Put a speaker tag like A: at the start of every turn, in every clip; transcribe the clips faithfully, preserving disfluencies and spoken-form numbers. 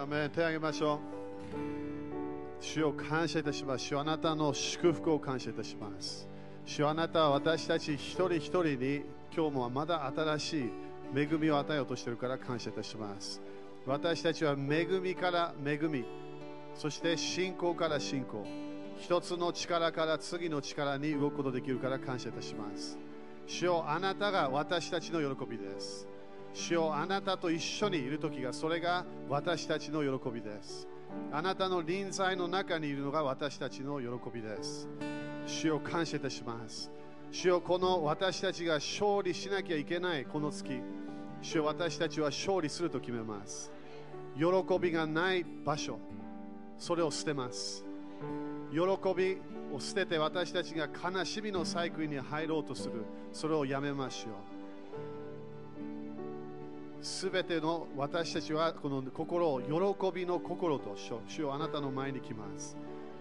A: アーメン。手を挙げましょう。主を感謝いたします。主、あなたの祝福を感謝いたします。主、あなたは私たち一人一人に今日もまだ新しい恵みを与えようとしているから感謝いたします。私たちは恵みから恵み、そして信仰から信仰、一つの力から次の力に動くことができるから感謝いたします。主よ、あなたが私たちの喜びです。主よ、あなたと一緒にいるときがそれが私たちの喜びです。あなたの臨在の中にいるのが私たちの喜びです。主よ、感謝いたします。主よ、この私たちが勝利しなきゃいけないこの月、主よ、私たちは勝利すると決めます。喜びがない場所、それを捨てます。喜びを捨てて私たちが悲しみのサイクルに入ろうとする、それをやめましょう。すべての私たちはこの心を喜びの心と主よ、あなたの前に来ます。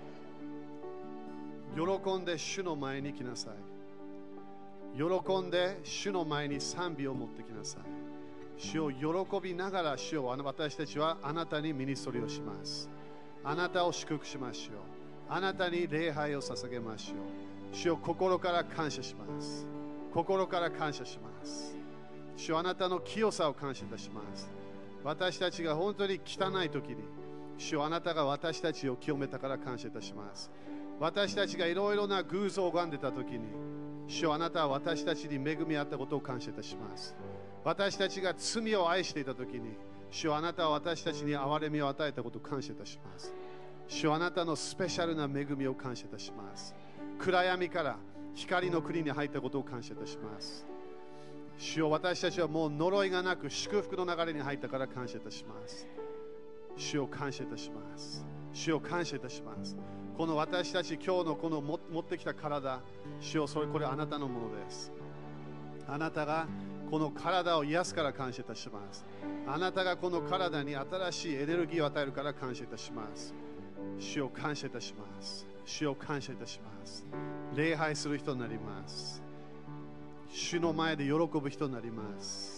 A: 喜んで主の前に来なさい。喜んで主の前に賛美を持ってきなさい。主を喜びながら主を私たちはあなたにミニストリーをします。あなたを祝福しましょう。あなたに礼拝を捧げましょう。主を心から感謝します。心から感謝します。主をあなたの清さを感謝いたします。私たちが本当に汚い時に主をあなたが私たちを清めたから感謝いたします。私たちがいろいろな偶像を拝んでた時に主をあなたは私たちに恵みあったことを感謝いたします。私たちが罪を愛していた時に主をあなたは私たちに憐れみを与えたことを感謝いたします。主をあなたのスペシャルな恵みを感謝いたします。暗闇から光の国に入ったことを感謝いたします。主を私たちはもう呪いがなく祝福の流れに入ったから感謝いたします。主を感謝いたします。主を感謝いたします。この私たち今日のこの持ってきた体、主をそれこれあなたのものです。あなたがこの体を癒すから感謝いたします。あなたがこの体に新しいエネルギーを与えるから感謝いたします。主を感謝いたします。主を感謝いたします。礼拝する人になります。主の前で喜ぶ人になります。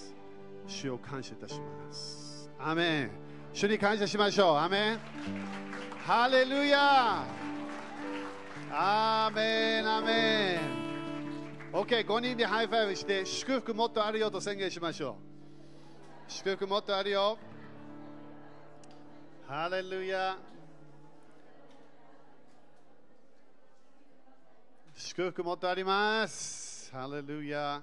A: 主を感謝いたします。アメン。主に感謝しましょう。アメン。ハレルヤ。アーメン、アメン。OK、ごにんでハイファイブして祝福もっとあるよと宣言しましょう。祝福もっとあるよ。ハレルヤ。祝福もっとあります。ハレルヤ。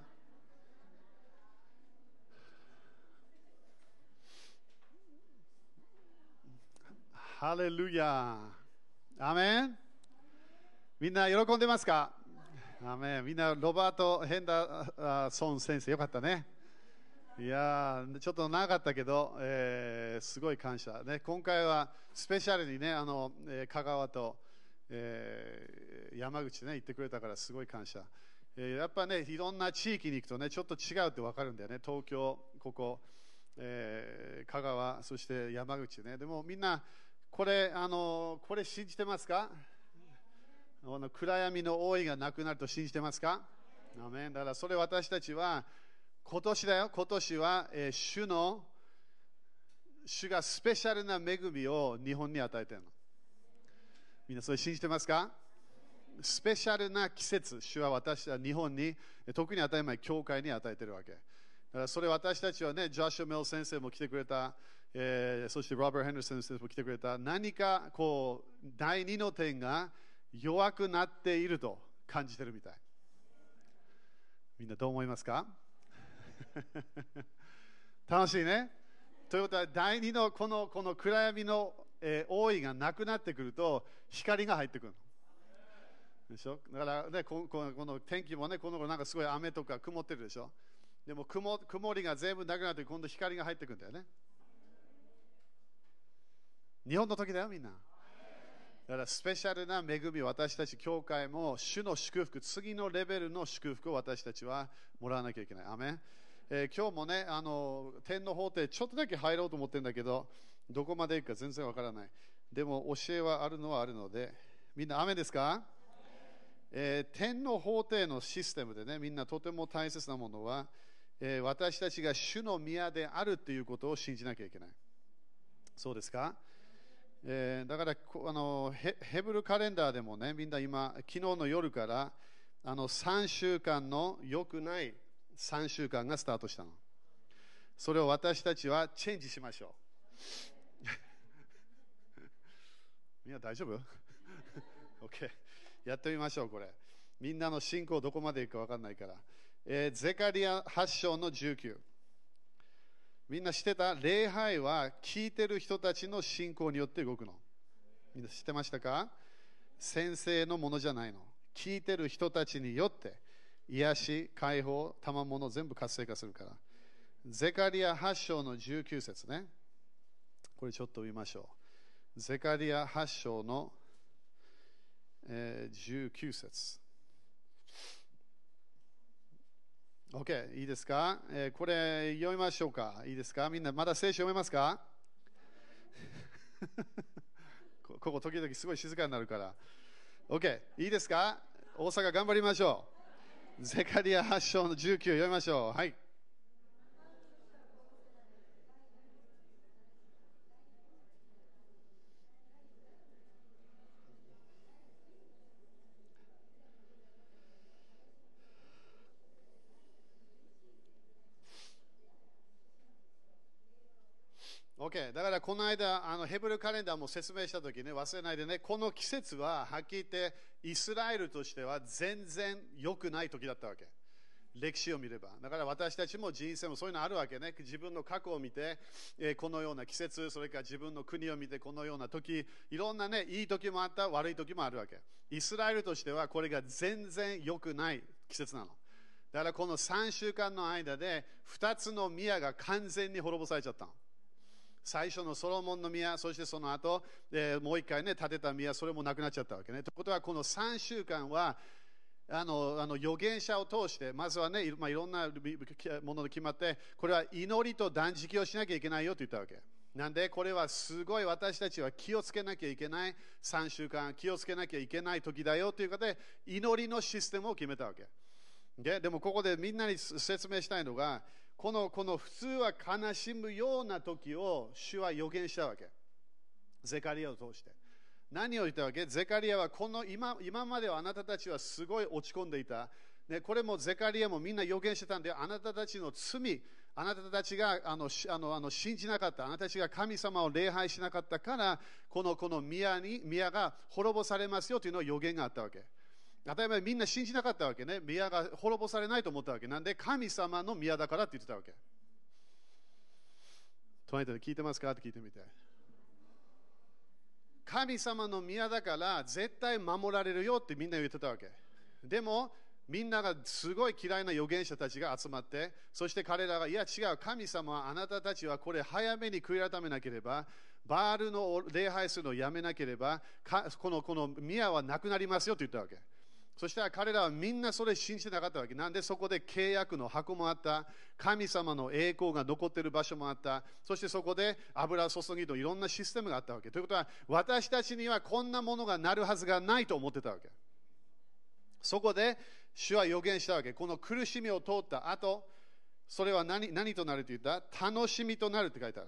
A: ハレルヤ。アメン。みんな喜んでますか？アメン。みんなロバート・ヘンダーソン先生よかったね。いやちょっと長かったけど、えー、すごい感謝、ね、今回はスペシャルにね、あの、えー、香川と、えー、山口ね行ってくれたからすごい感謝、えー、やっぱねいろんな地域に行くとねちょっと違うって分かるんだよね。東京、ここ、えー、香川、そして山口ね。でもみんなこれあのこれ信じてますか？あの暗闇の覆いがなくなると信じてますか？アメン。だからそれ私たちは今年だよ。今年は、えー、主の主がスペシャルな恵みを日本に与えているの。みんなそれ信じてますか？スペシャルな季節、主は私は日本に、特に当たり前教会に与えているわけ。だからそれ私たちはね、ジョシュ・メル先生も来てくれた、えー、そしてロバート・ヘンダーソン先生も来てくれた。何かこう第二の点が弱くなっていると感じているみたい。みんなどう思いますか？楽しいね。ということは第二のこの、この暗闇の、えー、覆いがなくなってくると光が入ってくるのでしょ。だからね、こここの天気もね、この頃なんかすごい雨とか曇ってるでしょ。でも 曇, 曇りが全部なくなって今度光が入ってくるんだよね。日本の時だよみんな。だからスペシャルな恵みを私たち教会も主の祝福、次のレベルの祝福を私たちはもらわなきゃいけない。アメン。えー、今日もね、あの天の法廷ちょっとだけ入ろうと思ってるんだけど、どこまで行くか全然わからない。でも教えはあるのはあるので、みんなアメンですか？えー、天の法廷のシステムでね、みんなとても大切なものは、えー、私たちが主の宮であるということを信じなきゃいけない。 そうですか、えー、だからあの ヘ, ヘブルカレンダーでもね、みんな今、昨日の夜からあのさんしゅうかんの良くないさんしゅうかんがスタートしたの。それを私たちはチェンジしましょう。みんな大丈夫？ OK。やってみましょう、これ。みんなの信仰どこまでいくか分かんないから。えー、ゼカリアはち章のじゅうきゅう。みんな知ってた？礼拝は聞いてる人たちの信仰によって動くの。みんな知ってましたか？先生のものじゃないの。聞いてる人たちによって癒し、解放、賜物全部活性化するから。ゼカリアはち章のじゅうきゅう節ね。これちょっと見ましょう。ゼカリアはち章の、えー、じゅうきゅう節。OK、いいですか、えー、これ読みましょうか。いいですか？みんなまだ聖書読めますか？ここ時々すごい静かになるから。OK、いいですか？大阪頑張りましょう。ゼカリアはち章のじゅうきゅう読みましょう。はい。OK、だからこの間、あのヘブルカレンダーも説明したときね、忘れないでね、この季節ははっきり言って、イスラエルとしては全然良くない時だったわけ。歴史を見れば。だから私たちも人生もそういうのあるわけね。自分の過去を見て、えー、このような季節、それから自分の国を見て、このような時、いろんなね、いい時もあった、悪い時もあるわけ。イスラエルとしてはこれが全然良くない季節なの。だからこのさんしゅうかんの間で、ふたつの宮が完全に滅ぼされちゃったの。最初のソロモンの宮、そしてその後、えー、もう一回ね、建てた宮、それもなくなっちゃったわけね。ということは、このさんしゅうかんは、あのあの預言者を通して、まずはね、いまあ、いろんなもので決まって、これは祈りと断食をしなきゃいけないよと言ったわけ。なんで、これはすごい私たちは気をつけなきゃいけないさんしゅうかん、気をつけなきゃいけない時だよということで、祈りのシステムを決めたわけ。で, でもここでみんなに説明したいのが、このこの普通は悲しむような時を主は予言したわけ。ゼカリアを通して。何を言ったわけ？ゼカリアはこの 今, 今まではあなたたちはすごい落ち込んでいた。ね、これもゼカリアもみんな予言してたんで、あなたたちの罪、あなたたちがあのあのあの信じなかった、あなたたちが神様を礼拝しなかったから、このこの宮に宮が滅ぼされますよというの予言があったわけ。例えばみんな信じなかったわけね。宮が滅ぼされないと思ったわけ。なんで神様の宮だからって言ってたわけ。隣で聞いてますかって聞いてみて。神様の宮だから絶対守られるよってみんな言ってたわけ。でもみんながすごい嫌いな預言者たちが集まって、そして彼らがいや違う、神様はあなたたちはこれ早めに悔い改めなければ、バールの礼拝するのをやめなければ、このこの宮はなくなりますよと言ったわけ。そしたら彼らはみんなそれ信じてなかったわけ。なんでそこで契約の箱もあった。神様の栄光が残っている場所もあった。そしてそこで油注ぎといろんなシステムがあったわけ。ということは私たちにはこんなものがなるはずがないと思ってたわけ。そこで主は予言したわけ。この苦しみを通った後、それは 何, 何となると言った？楽しみとなるって書いてある。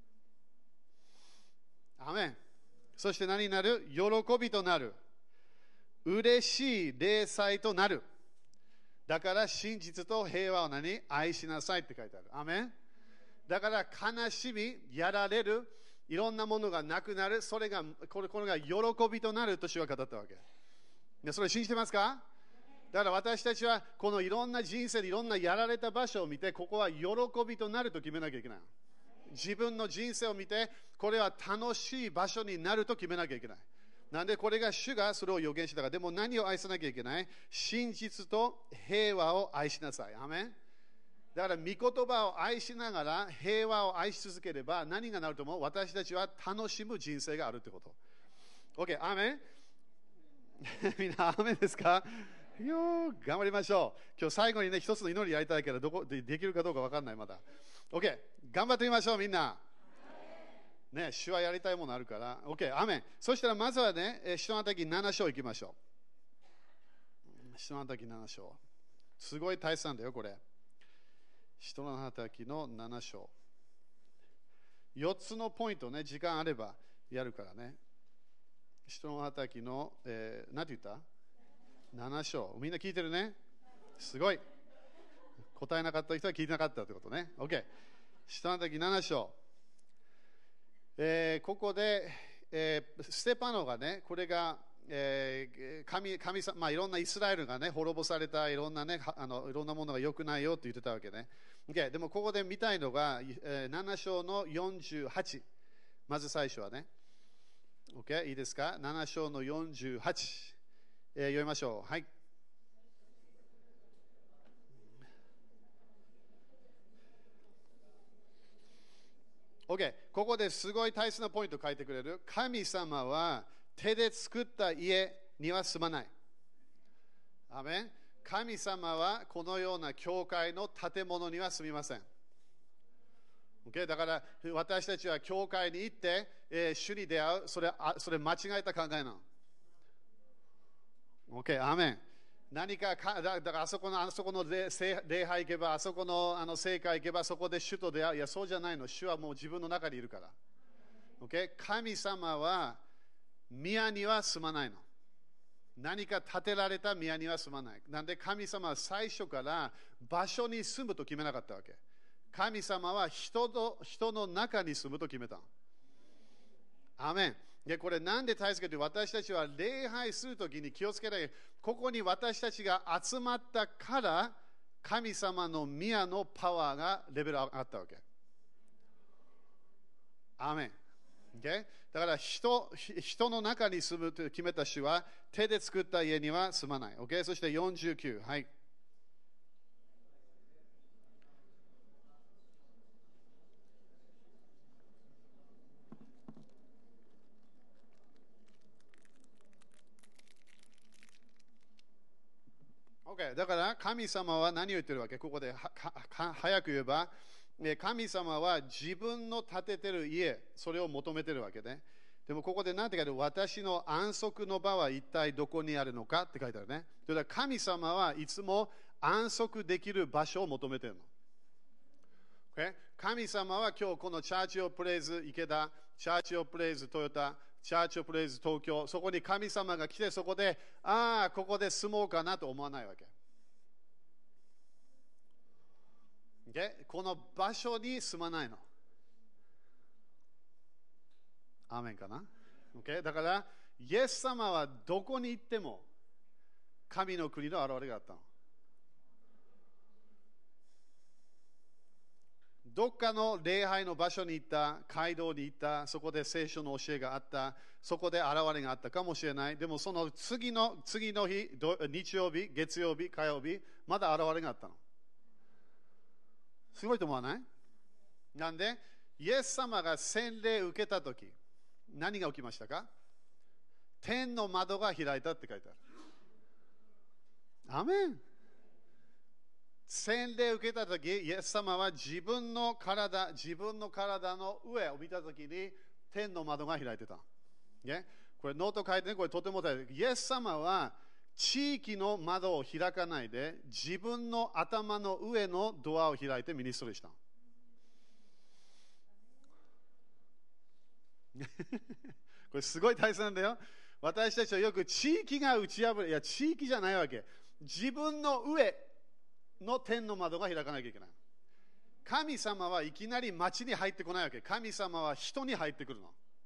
A: アメン。そして何になる？喜びとなる。嬉しい礼祭となる。だから真実と平和を何？愛しなさいって書いてある。アメン。だから悲しみ、やられる、いろんなものがなくなる、それがこれこれが喜びとなると主は語ったわけ。でそれ信じてますか？だから私たちはこのいろんな人生でいろんなやられた場所を見て、ここは喜びとなると決めなきゃいけない。自分の人生を見て、これは楽しい場所になると決めなきゃいけない。なんでこれが主がそれを予言したから。でも何を愛さなきゃいけない？真実と平和を愛しなさい。アメン。だから御言葉を愛しながら平和を愛し続ければ何がなると思う？私たちは楽しむ人生があるってこと。OK、アメン。みんなアメンですか？よー、頑張りましょう。今日最後にね、一つの祈りやりたいけど、どこでできるかどうか分かんないまだ。OK、頑張ってみましょうみんな。ね、主はやりたいものあるから。OK、アメン。そしたらまずはね、使徒の働きなな章行きましょう。使徒の働きなな章。すごい大切なんだよ、これ。使徒の働きのなな章。 よっつのポイントね、時間あればやるからね。人の働きの、えー、何て言った ?なな 章。みんな聞いてるね。すごい。答えなかった人は聞いてなかったってことね。OK。人の働きなな章。えー、ここで、えー、ステパノがね、これが、えー、神神様、まあ、いろんなイスラエルがね、滅ぼされたいろんなね、あのいろんなものが良くないよって言ってたわけね。Okay、でもここで見たいのが、えー、なな章のよんじゅうはち。まず最初はね。OK、いいですか ?なな 章のよんじゅうはち、えー。読みましょう。はい。OK、ここですごい大切なポイントを書いてくれる。神様は手で作った家には住まない。アメン。神様はこのような教会の建物には住みません。Okay、だから私たちは教会に行って、えー、主に出会う、それ、あそれ間違えた考えなの。OK、アーメン。何かか、だからあそこの、あそこの礼拝行けば、あそこの、あの聖会行けば、そこで主と出会う。いや、そうじゃないの。主はもう自分の中にいるから。Okay、神様は宮には住まないの。何か建てられた宮には住まない。なんで神様は最初から場所に住むと決めなかったわけ。神様は人と人の中に住むと決めた。アメン。でこれなんで大切かというと、私たちは礼拝するときに気をつけない。ここに私たちが集まったから神様の宮のパワーがレベル上がったわけ。アメン。Okay？ だから 人, 人の中に住むと決めた主は手で作った家には住まない。Okay？ そしてよんじゅうきゅう。はい。Okay、だから神様は何を言ってるわけ？ここではは早く言えば、神様は自分の建ててる家、それを求めてるわけね。でもここで何て書いてある？私の安息の場は一体どこにあるのかって書いてあるね。だから神様はいつも安息できる場所を求めてるの。Okay？ 神様は今日このチャーチオプレイズ池田、チャーチオプレイズトヨタ、チャーチオプレイズ東京、そこに神様が来て、そこで、ああ、ここで住もうかなと思わないわけ。Okay？ この場所に住まないの。アーメンかな、okay？ だから、イエス様はどこに行っても神の国の現れがあったの。どっかの礼拝の場所に行った、街道に行った、そこで聖書の教えがあった、そこで現れがあったかもしれない。でもその次の次の日、日曜日、月曜日、火曜日、まだ現れがあったの。すごいと思わない？なんで、イエス様が洗礼を受けたとき、何が起きましたか？天の窓が開いたって書いてある。アメン。洗礼を受けたとき、イエス様は自分の体、自分の体の上を見たときに、天の窓が開いてた。ね、これノート書いてね、これとても大事。イエス様は地域の窓を開かないで、自分の頭の上のドアを開いてミニストリーした。これすごい大切なんだよ。私たちはよく地域が打ち破る。いや、地域じゃないわけ。自分の上の天の窓が開かなきゃいけない。神様はいきなり町に入ってこないわけ。神様は人に入ってくるの。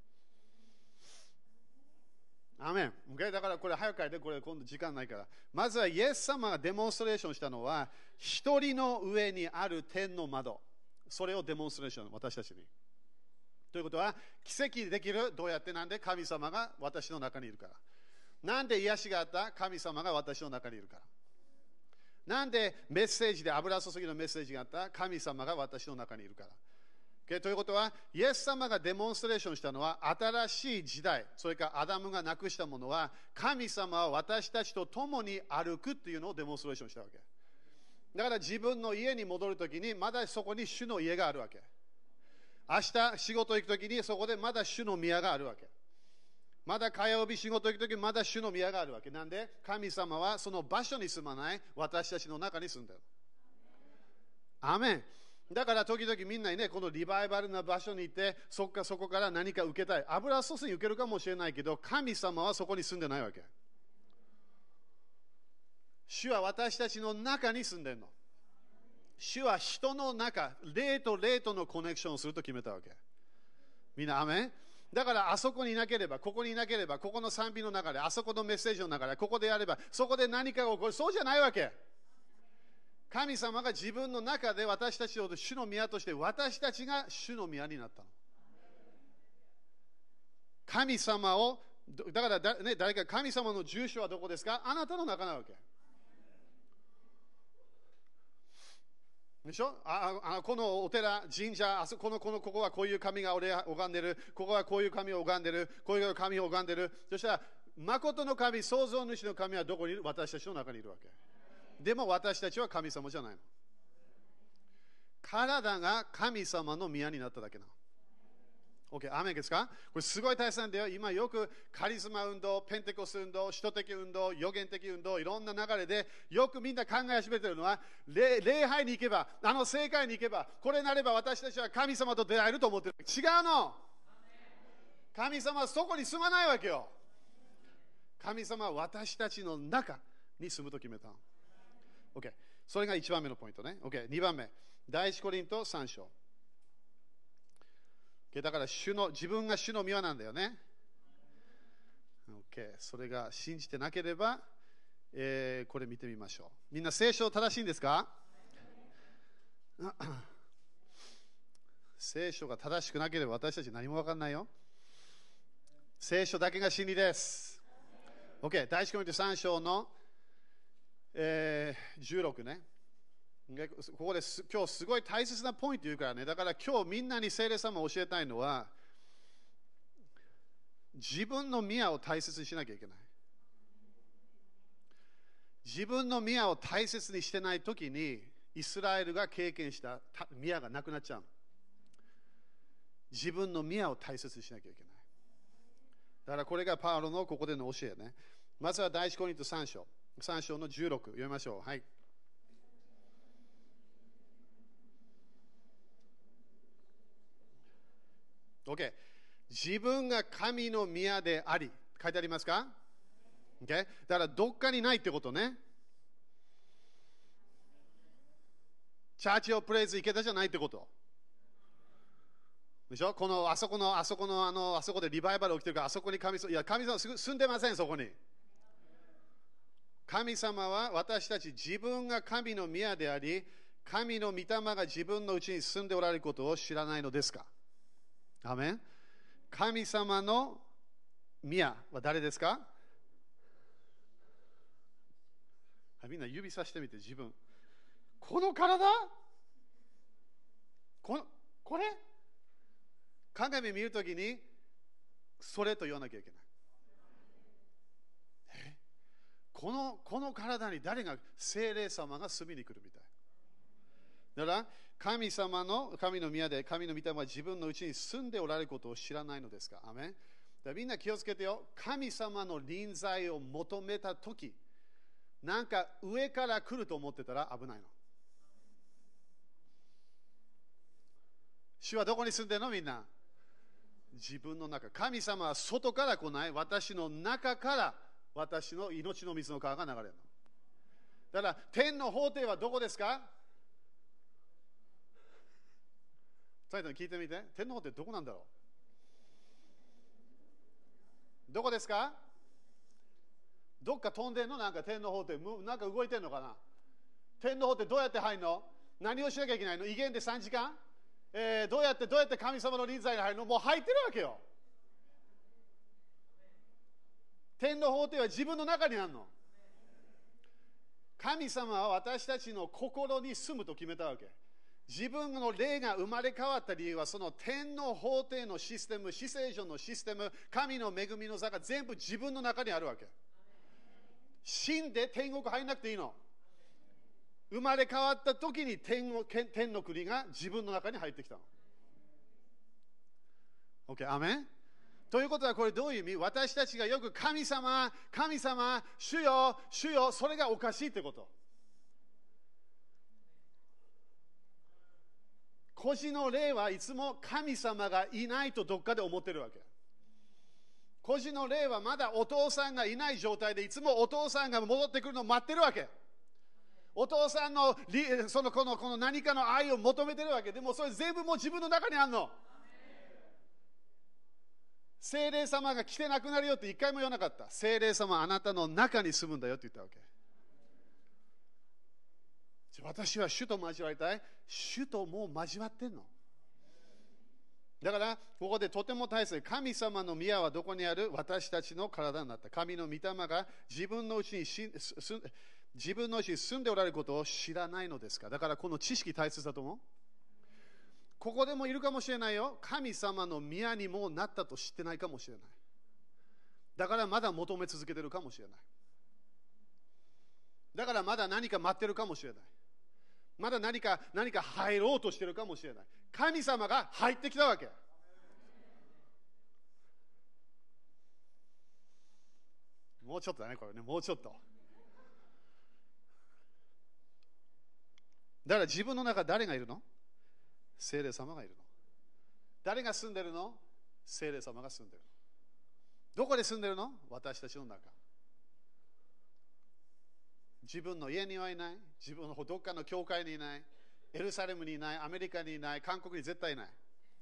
A: アメン。Okay？ だからこれ早く書いて、これ今度時間ないから。まずはイエス様がデモンストレーションしたのは、一人の上にある天の窓。それをデモンストレーション、私たちに。ということは、奇跡できる。どうやって？なんで？神様が私の中にいるから。なんで癒しがあった？神様が私の中にいるから。なんでメッセージで油注ぎのメッセージがあった？神様が私の中にいるから。Okay？ ということは、イエス様がデモンストレーションしたのは、新しい時代、それからアダムがなくしたものは、神様は私たちと共に歩くっていうのをデモンストレーションしたわけ。だから自分の家に戻るときに、まだそこに主の家があるわけ。明日仕事行くときに、そこでまだ主の宮があるわけ。まだ火曜日仕事行くとき、まだ主の宮があるわけ。なんで、神様はその場所に住まない、私たちの中に住んでる。アメン。 だから時々みんなにね、このリバイバルな場所にいて、そこかそこから何か受けたい。油注ぎ受けるかもしれないけど、神様はそこに住んでないわけ。主は私たちの中に住んでるの。主は人の中、霊と霊とのコネクションをすると決めたわけ。みんな、アメン？だからあそこにいなければ、ここにいなければ、ここの賛美の中で、あそこのメッセージの中で、ここでやれば、そこで何かが起こる。そうじゃないわけ。神様が自分の中で私たちを主の宮として、私たちが主の宮になったの。神様を、だからだ、ね、誰か神様の住所はどこですか？あなたの中なわけ。でしょ？ああこのお寺、神社、あそこのこのここはこういう神が俺拝んでる、ここはこういう神を拝んでる、こういう神を拝んでる。そしたら、誠の神、創造主の神はどこにいる？私たちの中にいるわけ。でも私たちは神様じゃないの。体が神様の宮になっただけなの。OK、アーメンですか？これすごい大切なんだよ。今よくカリスマ運動、ペンテコス運動、使徒的運動、予言的運動、いろんな流れでよくみんな考え始めているのは、礼、礼拝に行けば、あの聖会に行けば、これなれば私たちは神様と出会えると思ってる。違うの。神様はそこに住まないわけよ。神様は私たちの中に住むと決めたの。OK、それがいちばんめのポイントね。OK、にばんめ、第一コリントさん章。だから主の自分が主の宮なんだよね。OK、それが信じてなければ、えー、これ見てみましょう。みんな聖書正しいんですか？聖書が正しくなければ私たち何も分かんないよ。聖書だけが真理です。OK、第一コリントさん章の、えー、じゅうろくね。ここです今日すごい大切なポイント言うからね。だから今日みんなに聖霊様を教えたいのは、自分の宮を大切にしなきゃいけない。自分の宮を大切にしてないときに、イスラエルが経験した宮がなくなっちゃう。自分の宮を大切にしなきゃいけない。だからこれがパウロのここでの教えね。まずは第一コリントさん章。さん章のじゅうろく読みましょう。はい。OK、自分が神の宮であり、書いてありますか？ OK、だからどっかにないってことね。チャーチオプレイズ池田じゃないってこと。でしょ？このあそこのあそこのあのあそこでリバイバル起きてるから、あそこに神様、いや神様住んでませんそこに。神様は私たち自分が神の宮であり、神の御霊が自分のうちに住んでおられることを知らないのですか？アメン。神様の宮は誰ですか？みんな指さしてみて自分。この体？このこれ？鏡見るときにそれと言わなきゃいけない。えこのこの体に誰が聖霊様が住みに来るみたい。だから神様の神の宮で神の御霊は自分のうちに住んでおられることを知らないのですか？アメン。だからみんな気をつけてよ。神様の臨在を求めたとき、なんか上から来ると思ってたら危ないの。主はどこに住んでるの？みんな自分の中。神様は外から来ない。私の中から私の命の水の川が流れるの。だから天の法廷はどこですか？最後に聞いてみて。天の法廷どこなんだろう？どこですか？どっか飛んでんの？なんか天の法廷なんか動いてんのかな？天の法廷どうやって入るの？何をしなきゃいけないの？威厳でさんじかん、えー、どうやってどうやって神様の臨在に入るの？もう入ってるわけよ。天の法廷は自分の中にあるの。神様は私たちの心に住むと決めたわけ。自分の霊が生まれ変わった理由は、その天の法廷のシステム、至聖所のシステム、神の恵みの座が全部自分の中にあるわけ。死んで天国入んなくていいの。生まれ変わった時に 天, 天の国が自分の中に入ってきたの。OK、アメン。ということはこれどういう意味？私たちがよく神様、神様、主よ、主よ、それがおかしいってこと。 孤児の霊はいつも神様がいないとどっかで思ってるわけ。孤児の霊はまだお父さんがいない状態でいつもお父さんが戻ってくるのを待ってるわけ。お父さんのそのこのこの何かの愛を求めてるわけ。でもそれ全部もう自分の中にあるの。聖霊様が来てなくなるよって一回も言わなかった。聖霊様はあなたの中に住むんだよって言ったわけ。私は主と交わりたい。主ともう交わってんの。だからここでとても大切。神様の宮はどこにある？私たちの体になった。神の御霊が自分のうちにしす自分のうちに住んでおられることを知らないのですか？だからこの知識大切だと思う。ここでもいるかもしれないよ。神様の宮にもなったと知ってないかもしれない。だからまだ求め続けてるかもしれない。だからまだ何か待ってるかもしれない。まだ何か何か入ろうとしてるかもしれない。神様が入ってきたわけ。もうちょっとだね、これね、もうちょっと。だから自分の中誰がいるの？聖霊様がいるの。誰が住んでるの？聖霊様が住んでるの。どこで住んでるの？私たちの中。自分の家にはいない。自分のどっかの教会にいない。エルサレムにいない。アメリカにいない。韓国に絶対いない。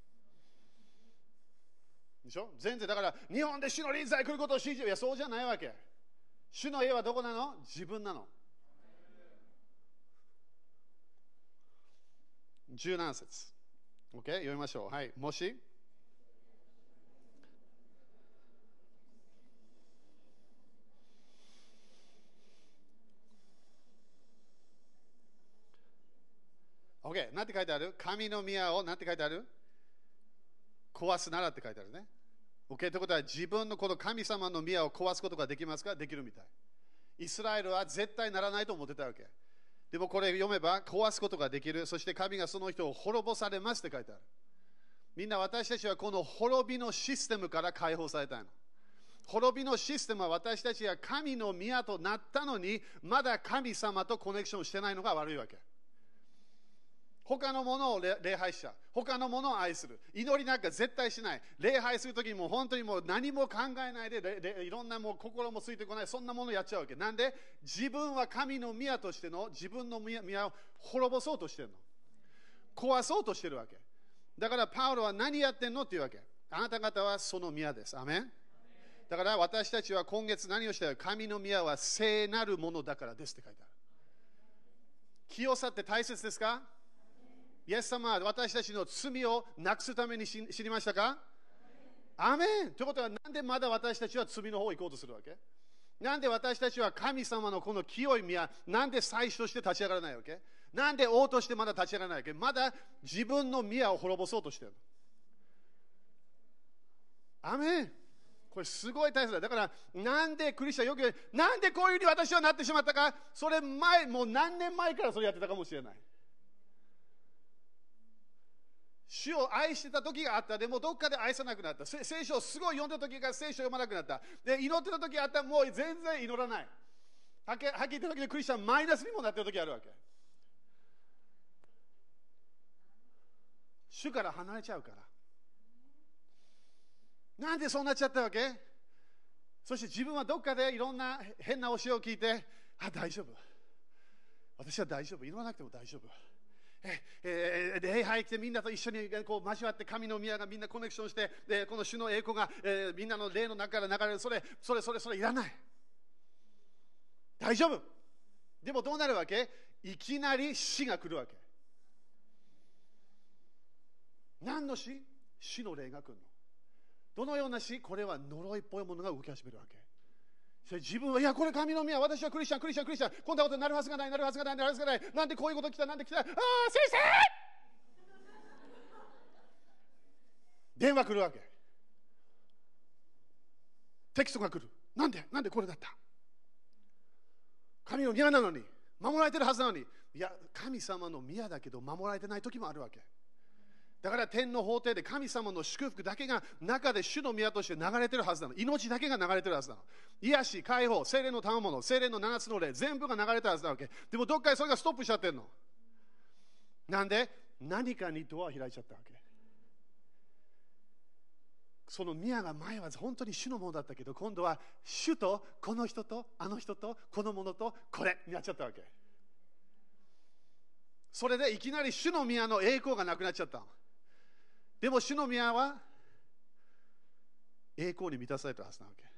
A: でしょ？全然だから日本で主の臨在来ることを信じる。いや、そうじゃないわけ。主の家はどこなの？自分なの。じゅうなな節。OK? 読みましょう。はい。もしOK。なんて書いてある？神の宮をなんて書いてある？壊すならって書いてあるね。OK。ということは自分のこの神様の宮を壊すことができますか？できるみたい。イスラエルは絶対ならないと思ってたわけ。でもこれ読めば壊すことができる。そして神がその人を滅ぼされますって書いてある。みんな私たちはこの滅びのシステムから解放されたいの。滅びのシステムは私たちが神の宮となったのにまだ神様とコネクションしてないのが悪いわけ。他のものを礼拝しちゃう。他のものを愛する。祈りなんか絶対しない。礼拝するときにもう本当にもう何も考えないで、いろんなもう心もついてこない、そんなものをやっちゃうわけ。なんで自分は神の宮としての自分の宮を滅ぼそうとしてるの。壊そうとしてるわけ。だからパウロは何やってんのっていうわけ。あなた方はその宮です。アメン。だから私たちは今月何をしたら神の宮は聖なるものだからですって書いてある。清さって大切ですか？イエス様は私たちの罪をなくすために知りましたか？アメン。ということはなんでまだ私たちは罪の方を行こうとするわけ？なんで私たちは神様のこの清い宮、なんで祭司として立ち上がらないわけ？なんで王としてまだ立ち上がらないわけ？まだ自分の宮を滅ぼそうとしている。アメン。これすごい大切だ。だからなんでクリスチャンよくなんでこういうふうに私はなってしまったか？それ前もう何年前からそれやってたかもしれない。主を愛してた時があった。でもどっかで愛さなくなった。聖書をすごい読んだ時から聖書を読まなくなった。で祈ってた時があったらもう全然祈らない。はっきり言った時でクリスチャンマイナスにもなってる時あるわけ。主から離れちゃうから。なんでそうなっちゃったわけ？そして自分はどっかでいろんな変な教えを聞いて、あ、大丈夫。私は大丈夫。祈らなくても大丈夫。ええー、礼拝来てみんなと一緒にこう交わって神の宮がみんなコネクションしてでこの主の栄光が、えー、みんなの霊の中から流れる。それそれそれそれいらない。大丈夫。でもどうなるわけ？いきなり死が来るわけ。何の死？死の霊が来るの。どのような死？これは呪いっぽいものが動き始めるわけ。自分は、いや、これ神の宮、私はクリスチャン、クリスチャン、クリスチャン、こんなことになるはずがない、なるはずがない、なるはずがない、なんでこういうこと来た、なんで来た、ああ、先生電話来るわけ。テキストが来る。なんでなんでこれだった。神の宮なのに、守られてるはずなのに、いや、神様の宮だけど守られてない時もあるわけ。だから天の法廷で神様の祝福だけが中で主の宮として流れてるはずなの。命だけが流れてるはずなの。癒し、解放、聖霊の賜物、聖霊の七つの霊、全部が流れてるはずなわけ。でもどっかでそれがストップしちゃってるの。なんで何かにドアを開いちゃったわけ。その宮が前は本当に主のものだったけど、今度は主とこの人とあの人とこのものとこれになっちゃったわけ。それでいきなり主の宮の栄光がなくなっちゃったの。でも主の宮は栄光に満たされたはずなわけ。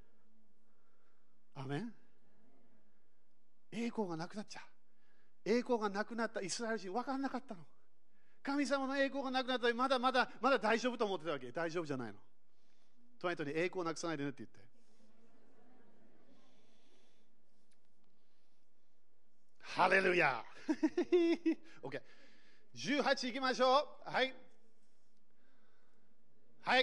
A: アメン。栄光がなくなっちゃう。栄光がなくなったイスラエル人分からなかったの。神様の栄光がなくなったらまだまだまだ大丈夫と思ってたわけ。大丈夫じゃないの。隣人に栄光をなくさないでねって言って。ハレルヤOK。じゅうはちいきましょう。はい。はい。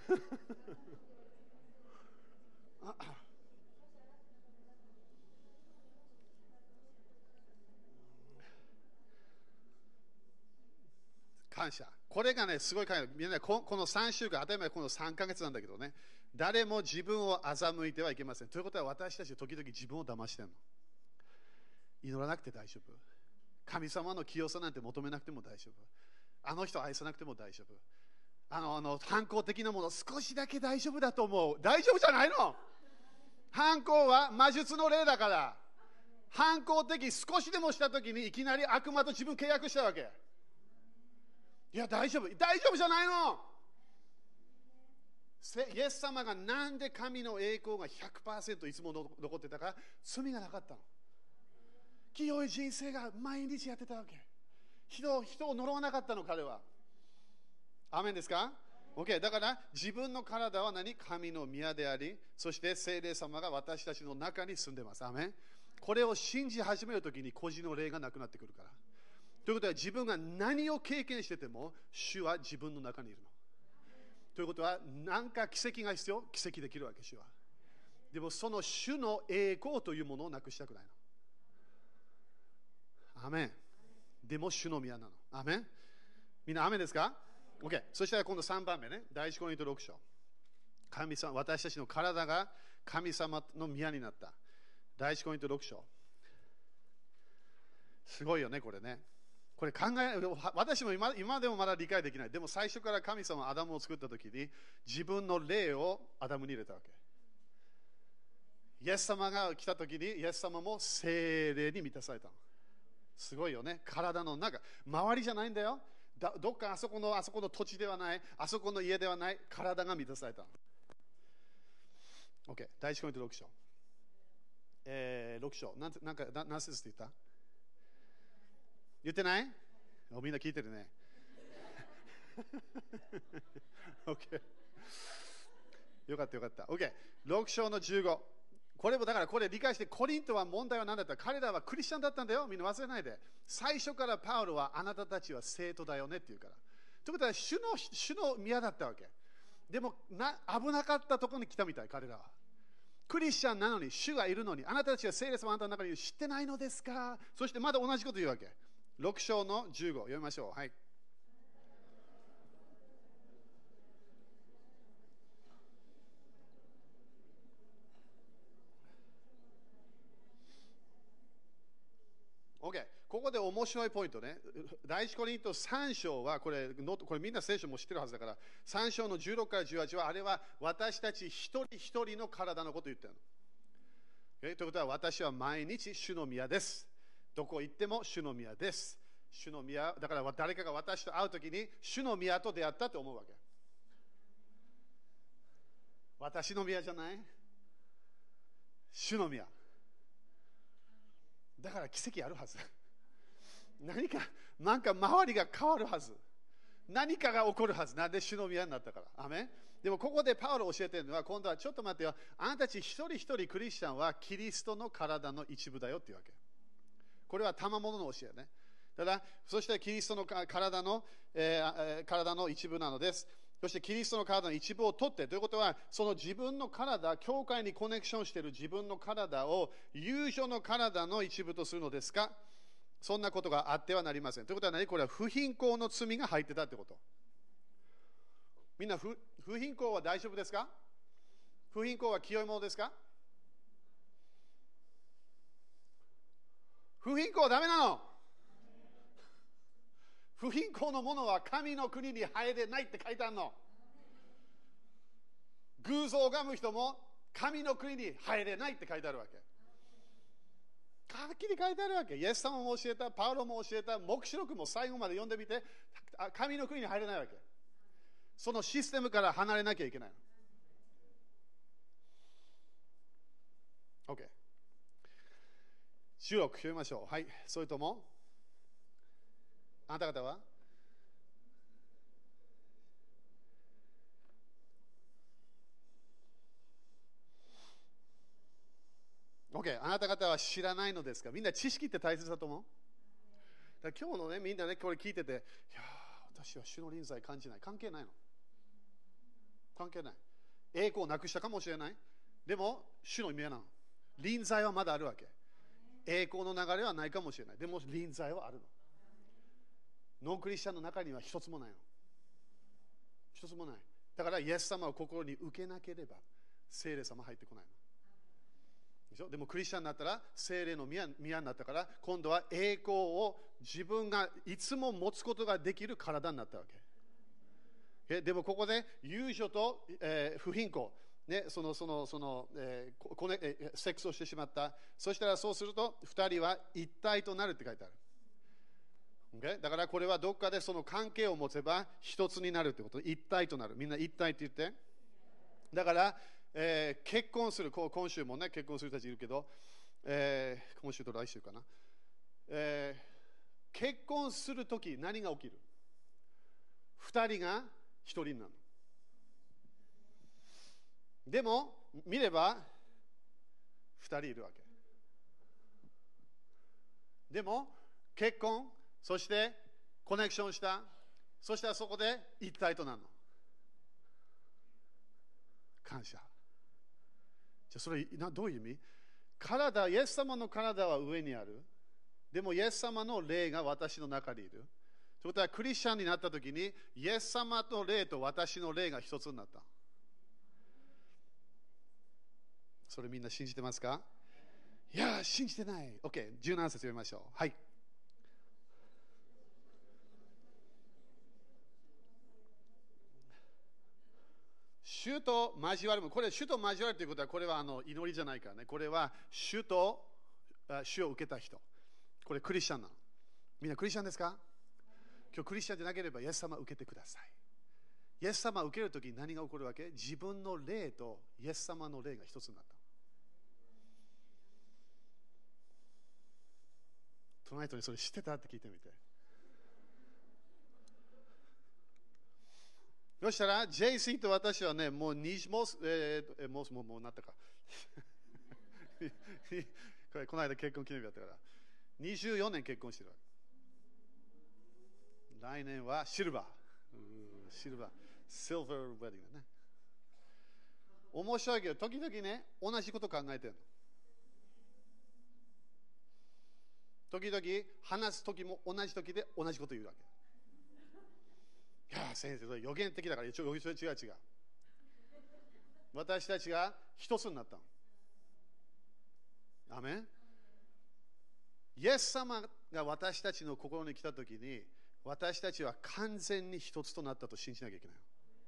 A: 感謝。これがね、すごい感謝。みんなこのさんしゅうかん、当たり前このさんかげつなんだけどね、誰も自分を欺いてはいけません。ということは私たちは時々自分を騙してるの。祈らなくて大丈夫。神様の清さなんて求めなくても大丈夫。あの人を愛さなくても大丈夫。あの、あの反抗的なもの少しだけ大丈夫だと思う。大丈夫じゃないの。反抗は魔術の例だから。反抗的少しでもしたときにいきなり悪魔と自分契約したわけ。いや大丈夫、大丈夫じゃないの。イエス様がなんで神の栄光が ひゃくパーセント いつも残ってたか、罪がなかったの。清い人生が毎日やってたわけ。人, 人を呪わなかったの彼は。アーメンですか？ OK。 だから自分の体は何？神の宮であり、そして聖霊様が私たちの中に住んでます。アーメン。これを信じ始めるときに孤児の霊がなくなってくるから。ということは自分が何を経験してても主は自分の中にいるの。ということは何か奇跡が必要？奇跡できるわけ主は。でもその主の栄光というものをなくしたくないの。アメン。でも主の宮なの。アメン。みんなアメンですか？ OK。 そしたら今度さんばんめね。第一コリントろく章。神様、私たちの体が神様の宮になった。第一コリントろく章。すごいよねこれね。これ考え、私も 今, 今でもまだ理解できない。でも最初から神様はアダムを作ったときに自分の霊をアダムに入れたわけ。イエス様が来たときにイエス様も聖霊に満たされたの。すごいよね。体の中、周りじゃないんだよ。だどっかあそこのあそこの土地ではない、あそこの家ではない、体が満たされたの。OK。第一コリントろく章。えー、ろく章。なんなんかな何節って言った？言ってない？みんな聞いてるね。OK。よかったよかった。OK。ろく章のじゅうご。これもだからこれ理解して、コリントは問題は何だった？彼らはクリスチャンだったんだよ。みんな忘れないで。最初からパウロはあなたたちは生徒だよねって言うから。ということは主の、主の宮だったわけ。でもな危なかったところに来たみたい、彼らは。クリスチャンなのに、主がいるのに、あなたたちは聖霊様あなたの中にいる、知ってないのですか？そしてまだ同じこと言うわけ。ろく章のじゅうご、読みましょう。はい。OK。ここで面白いポイントね。第一コリントさん章は、これ、これみんな聖書も知ってるはずだから、さん章のじゅうろくからじゅうはちは、あれは私たち一人一人の体のことを言ってるの。Okay? ということは、私は毎日主の宮です。どこ行っても主の宮です。主の宮、だから誰かが私と会うときに、主の宮と出会ったと思うわけ。私の宮じゃない？主の宮。だから奇跡あるはず。何か、なんか周りが変わるはず。何かが起こるはず。なんで主の宮になったから。アメン。でもここでパウロ教えてるのは、今度はちょっと待ってよ。あなたたち一人一人クリスチャンはキリストの体の一部だよっていうわけ。これは賜物の教えね。ただ、そしてキリストの体の、えー、体の一部なのです。そしてキリストの体の一部を取って、ということは、その自分の体、教会にコネクションしている自分の体を友情の体の一部とするのですか？そんなことがあってはなりません。ということは何？これは不貧困の罪が入ってたってこと。みんな 不, 不貧困は大丈夫ですか？不貧困は清いものですか？不貧困はダメなの。 不貧困の者は神の国に入れないって書いてあるの。偶像を拝む人も神の国に入れないって書いてあるわけ。はっきり書いてあるわけ。イエス様も教えた、パウロも教えた、黙示録も最後まで読んでみて、神の国に入れないわけ。そのシステムから離れなきゃいけないの。OK。じゅうろく読みましょう。はい。それとも、あなた方はOK、あなた方は知らないのですか。みんな知識って大切だと思う。だから今日のね、みんなね、これ聞いてて、いや私は主の臨在感じない。関係ないの。関係ない。栄光をなくしたかもしれない。でも、主の意味なの。臨在はまだあるわけ。栄光の流れはないかもしれない。でも、臨在はあるの。ノンクリスチャンの中には一つもないの。一つもない。だから、イエス様を心に受けなければ、聖霊様入ってこないの。でしょ？でもクリスチャンになったら聖霊の宮になったから、今度は栄光を自分がいつも持つことができる体になったわけ。えでもここで遊女と、えー、不貧困、ね、そのそのその、えーコネえー、セックスをしてしまった。そしたらそうするとふたりは一体となるって書いてある。Okay？ だからこれはどっかでその関係を持てば一つになるってこと。一体となる。みんな一体って言って。だからえー、結婚する、今週もね、結婚する人たちいるけど、えー、今週と来週かな、えー、結婚するとき何が起きる？二人が一人になる。でも、見れば二人いるわけ。でも、結婚、そしてコネクションした、そしたらそこで一体となるの。感謝。じゃあそれなどういう意味？体、イエス様の体は上にある。でもイエス様の霊が私の中にいる。ということはクリスチャンになったときにイエス様の霊と私の霊が一つになった。それみんな信じてますか？いや、信じてない。OK、じゅうなな節読みましょう。はい。主と交わるも、これ主と交わるということは、これはあの祈りじゃないからね。これは主と主を受けた人。これクリスチャンなの。みんなクリスチャンですか？今日クリスチャンでなければイエス様を受けてください。イエス様を受けるときに何が起こるわけ？自分の霊とイエス様の霊が一つになった。隣人にそれ知ってたって聞いてみて。そしたら、ジェイシー と私はね、もうにもう、えー、もう、もう、もうなったか。これこの間結婚記念日だったから。にじゅうよねん結婚してるわけ。来年はシルバー。シルバー。シルバーウェディングだね。面白いけど、時々ね、同じこと考えてるの。時々話す時も同じ時で同じこと言うわけ。いや先生、それ予言的だから、一応違う違う。私たちが一つになったの。アメン。イエス様が私たちの心に来たときに、私たちは完全に一つとなったと信じなきゃいけない。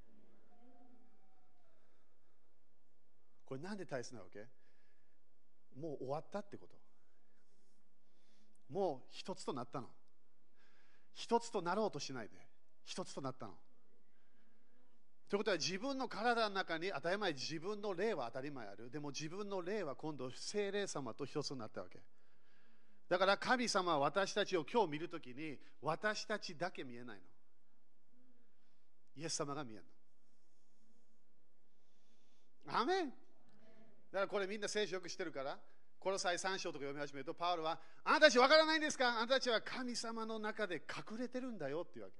A: これなんで大切なわけ？もう終わったってこと。もう一つとなったの。一つとなろうとしないで。一つとなったの。ということは自分の体の中に当たり前、自分の霊は当たり前ある。でも自分の霊は今度聖霊様と一つになったわけ。だから神様は私たちを今日見るときに私たちだけ見えないの。イエス様が見えるの。アメン。だからこれみんな聖書よく知ってるから、この際さん章とか読み始めるとパウロは、あなたたちわからないんですか？あなたたちは神様の中で隠れてるんだよっていうわけ。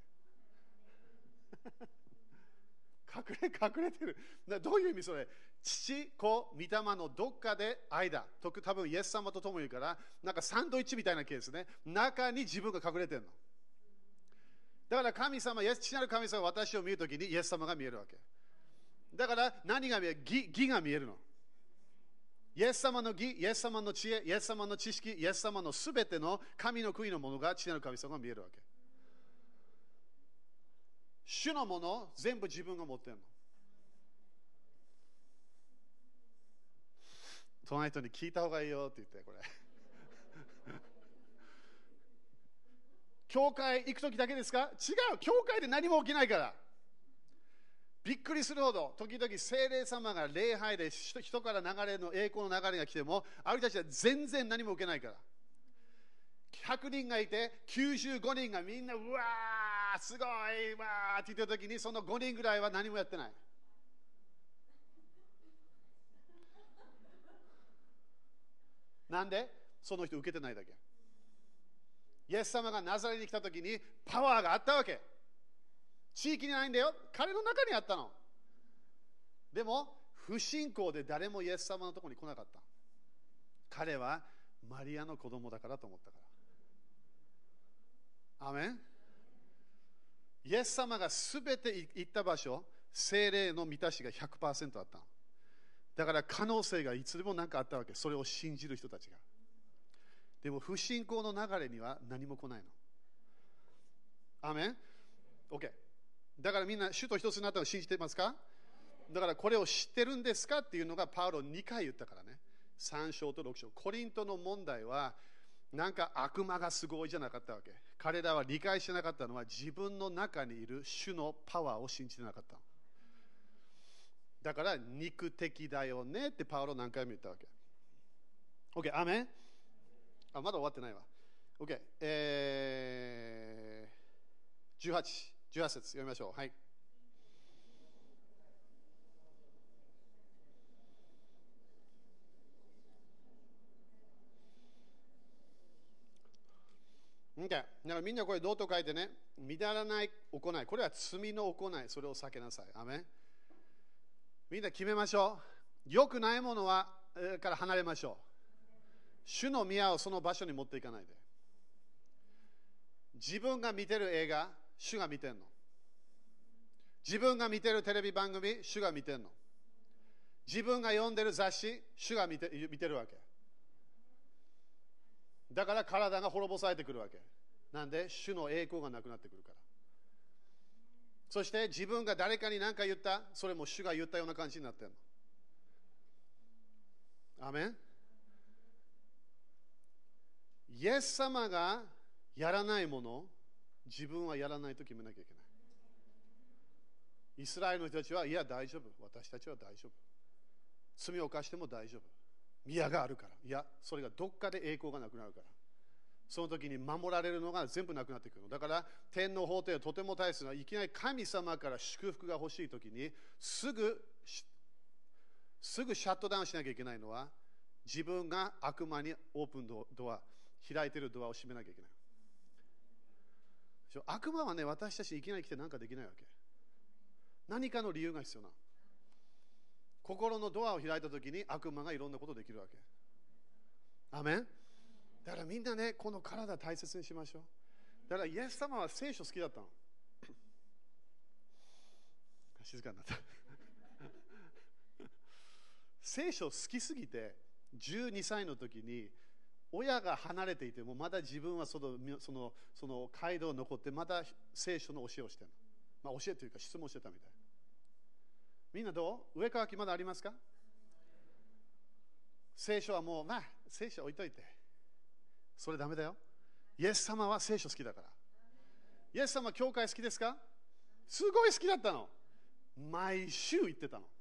A: 隠れ隠れてる。どういう意味それ？父、子、御霊のどっかで間、多分イエス様と共にいるから、なんかサンドイッチみたいなケースね。中に自分が隠れてるの。だから神様、父なる神様が私を見るときにイエス様が見えるわけ。だから何が見える？義、義が見えるの。イエス様の義、イエス様の知恵、イエス様の知識、イエス様のすべての神の国のものが父なる神様が見えるわけ。 主のもの全部自分が持ってるの。隣の人に聞いた方がいいよって言って、これ。教会行くときだけですか？違う、教会で何も起きないから。びっくりするほど、時々聖霊様が礼拝で人から流れの栄光の流れが来ても、ある人たちは全然何も受けないから。ひゃくにんがいて、きゅうじゅうごにんがみんな、うわー、すごい、わーって言ったときに、そのごにんぐらいは何もやってない。なんで？その人受けてないだけ。イエス様がナザレに来たときにパワーがあったわけ。地域にないんだよ。彼の中にあったの。でも不信仰で誰もイエス様のところに来なかった。彼はマリアの子供だからと思ったから。アメン。イエス様がすべて行った場所、聖霊の満たしが ひゃくパーセント あったの。だから可能性がいつでも何かあったわけ。それを信じる人たちが。でも不信仰の流れには何も来ないの。アメン。 OK。 だからみんな主と一つになったのを信じてますか？だからこれを知ってるんですかっていうのがパウロにかい言ったからね。さん章とろく章。コリントの問題はなんか悪魔がすごいじゃなかったわけ。彼らは理解してなかったのは自分の中にいる主のパワーを信じてなかった。だから肉的だよねってパウロ何回も言ったわけ。 OK。 アメン。あ、まだ終わってないわ。 OK。 えー、じゅうはち、じゅうはち節読みましょう。はい。OK。 だからみんなこれどうと書いてね、乱らない行い、これは罪の行い、それを避けなさい。アメン。みんな決めましょう。良くないものは、えー、から離れましょう。主の宮をその場所に持っていかないで。自分が見てる映画、主が見てんの。自分が見てるテレビ番組、主が見てんの。自分が読んでる雑誌、主が見て、見てるわけ。だから体が滅ぼされてくるわけ。なんで主の栄光がなくなってくるから。そして自分が誰かに何か言った、それも主が言ったような感じになってんの。アメン。イエス様がやらないもの、自分はやらないと決めなきゃいけない。イスラエルの人たちは、いや大丈夫、私たちは大丈夫、罪を犯しても大丈夫、宮があるから。いや、それがどっかで栄光がなくなるから、その時に守られるのが全部なくなってくるの。だから天皇法廷はとても大切な、いきなり神様から祝福が欲しい時にすぐすぐシャットダウンしなきゃいけないのは、自分が悪魔にオープンドア、開いているドアを閉めなきゃいけない。悪魔はね、私たちいきなり来て何かできないわけ。何かの理由が必要な。心のドアを開いたときに悪魔がいろんなことできるわけ。アメン。だからみんなね、この体大切にしましょう。だからイエス様は聖書好きだったの。静かになった。聖書好きすぎて、じゅうにさいの時に親が離れていてもまだ自分はそのそのその街道に残ってまた聖書の教えをしてるの。まあ、教えというか質問してたみたい。みんなどう？上川家まだありますか？聖書はもう、まあ聖書置いといて、それダメだよ。イエス様は聖書好きだから。イエス様は教会好きですか？すごい好きだったの。毎週行ってたの。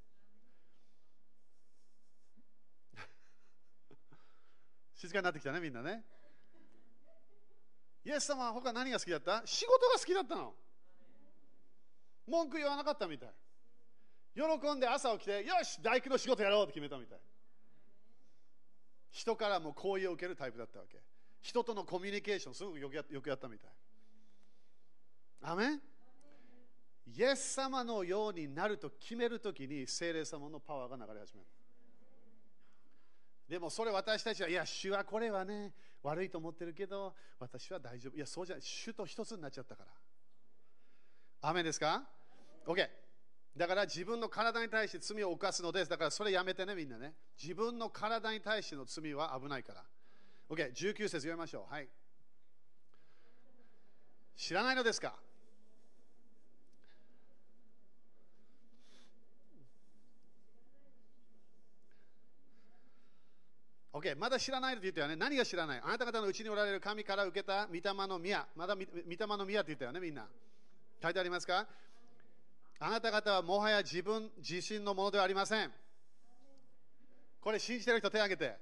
A: 静かになってきたね、みんなね。イエス様は他何が好きだった？仕事が好きだったの。文句言わなかったみたい。喜んで朝起きて、よし、大工の仕事やろうって決めたみたい。人からも好意を受けるタイプだったわけ。人とのコミュニケーションすごくよくや、よくやったみたい。アメン。イエス様のようになると決めるときに聖霊様のパワーが流れ始める。でもそれ私たちは、いや、主はこれはね、悪いと思ってるけど、私は大丈夫。いや、そうじゃない。主と一つになっちゃったから。アメンですか？ OK。だから自分の体に対して罪を犯すのです。だからそれやめてね、みんなね。自分の体に対しての罪は危ないから。OK、じゅうきゅう節読みましょう。はい。知らないのですか？ OK、まだ知らないと言ったよね。何が知らない？あなた方のうちにおられる神から受けた御霊の宮。まだ御霊の宮って言ったよね、みんな。書いてありますか？あなた方はもはや自分自身のものではありません。これ信じてる人手を挙げて。